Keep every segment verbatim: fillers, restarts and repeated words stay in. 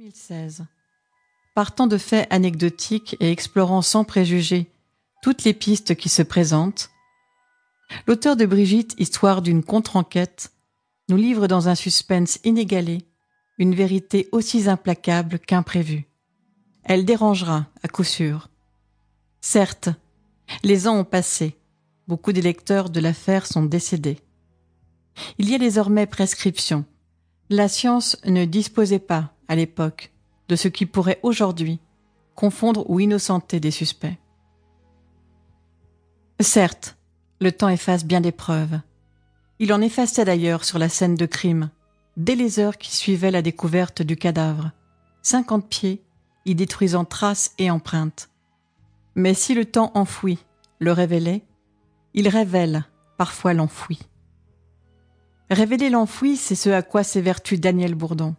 mille seize. Partant de faits anecdotiques et explorant sans préjugés toutes les pistes qui se présentent, l'auteur de Brigitte, histoire d'une contre-enquête, nous livre dans un suspense inégalé une vérité aussi implacable qu'imprévue. Elle dérangera, à coup sûr. Certes, les ans ont passé, beaucoup des lecteurs de l'affaire sont décédés. Il y a désormais prescription. La science ne disposait pas, à l'époque, de ce qui pourrait aujourd'hui confondre ou innocenter des suspects. Certes, le temps efface bien des preuves. Il en effaçait d'ailleurs sur la scène de crime, dès les heures qui suivaient la découverte du cadavre, cinquante pieds, y détruisant traces et empreintes. Mais si le temps enfoui le révélait, il révèle parfois l'enfoui. Révéler l'enfoui, c'est ce à quoi s'évertue Daniel Bourdon.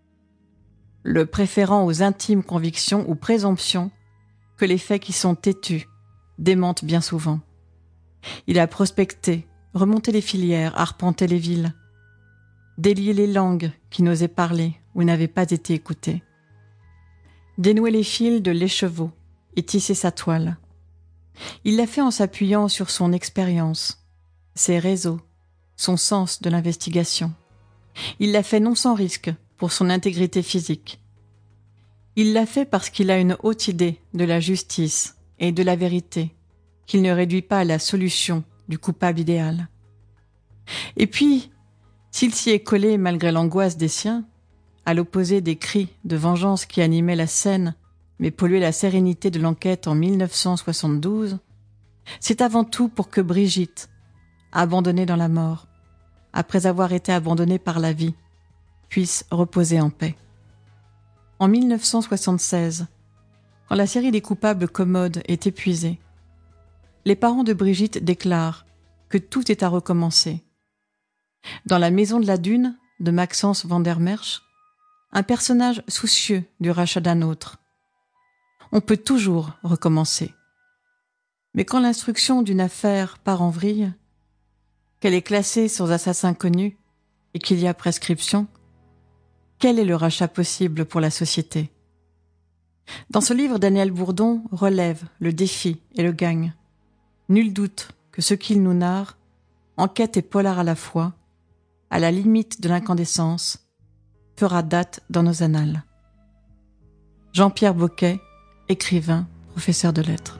Le préférant aux intimes convictions ou présomptions que les faits qui sont têtus démentent bien souvent. Il a prospecté, remonté les filières, arpenté les villes, délié les langues qui n'osaient parler ou n'avaient pas été écoutées, dénoué les fils de l'écheveau et tissé sa toile. Il l'a fait en s'appuyant sur son expérience, ses réseaux, son sens de l'investigation. Il l'a fait non sans risque pour son intégrité physique. Il l'a fait parce qu'il a une haute idée de la justice et de la vérité, qu'il ne réduit pas à la solution du coupable idéal. Et puis, s'il s'y est collé malgré l'angoisse des siens, à l'opposé des cris de vengeance qui animaient la scène mais polluaient la sérénité de l'enquête en mille neuf cent soixante-douze, c'est avant tout pour que Brigitte, abandonnée dans la mort, après avoir été abandonnée par la vie, puisse reposer en paix. En mille neuf cent soixante-seize, quand la série des coupables commodes est épuisée, les parents de Brigitte déclarent que tout est à recommencer. Dans La Maison de la Dune de Maxence van der Merch, un personnage soucieux du rachat d'un autre. On peut toujours recommencer. Mais quand l'instruction d'une affaire part en vrille, qu'elle est classée sans assassin connu et qu'il y a prescription, quel est le rachat possible pour la société? Dans ce livre, Daniel Bourdon relève le défi et le gagne. Nul doute que ce qu'il nous narre, enquête et polar à la fois, à la limite de l'incandescence, fera date dans nos annales. Jean-Pierre Boquet, écrivain, professeur de lettres.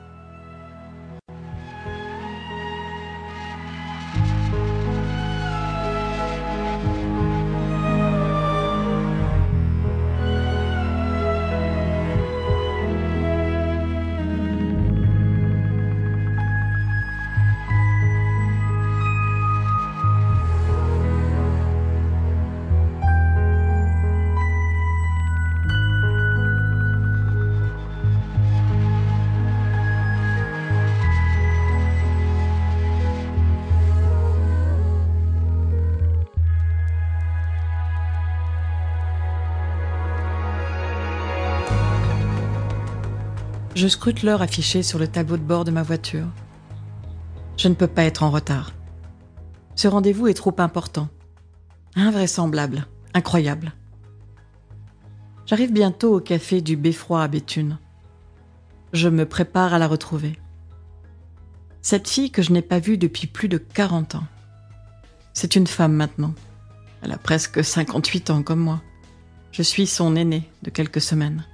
Je scrute l'heure affichée sur le tableau de bord de ma voiture. Je ne peux pas être en retard. Ce rendez-vous est trop important. Invraisemblable, incroyable. J'arrive bientôt au café du Beffroi à Béthune. Je me prépare à la retrouver. Cette fille que je n'ai pas vue depuis plus de quarante ans. C'est une femme maintenant. Elle a presque cinquante-huit ans comme moi. Je suis son aînée de quelques semaines.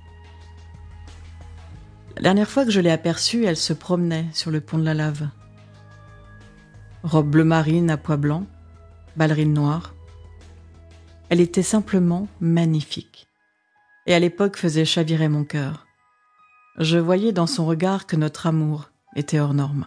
La dernière fois que je l'ai aperçue, elle se promenait sur le pont de la Lave. Robe bleu marine à pois blancs, ballerine noire. Elle était simplement magnifique. Et à l'époque faisait chavirer mon cœur. Je voyais dans son regard que notre amour était hors norme.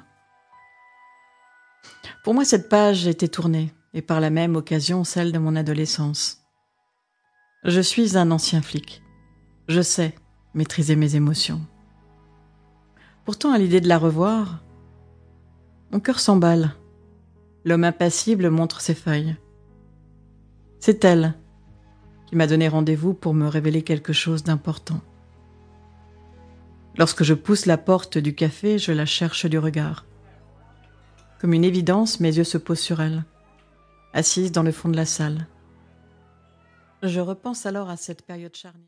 Pour moi, cette page était tournée, et par la même occasion celle de mon adolescence. Je suis un ancien flic. Je sais maîtriser mes émotions. Pourtant, à l'idée de la revoir, mon cœur s'emballe. L'homme impassible montre ses failles. C'est elle qui m'a donné rendez-vous pour me révéler quelque chose d'important. Lorsque je pousse la porte du café, je la cherche du regard. Comme une évidence, mes yeux se posent sur elle, assise dans le fond de la salle. Je repense alors à cette période charnière.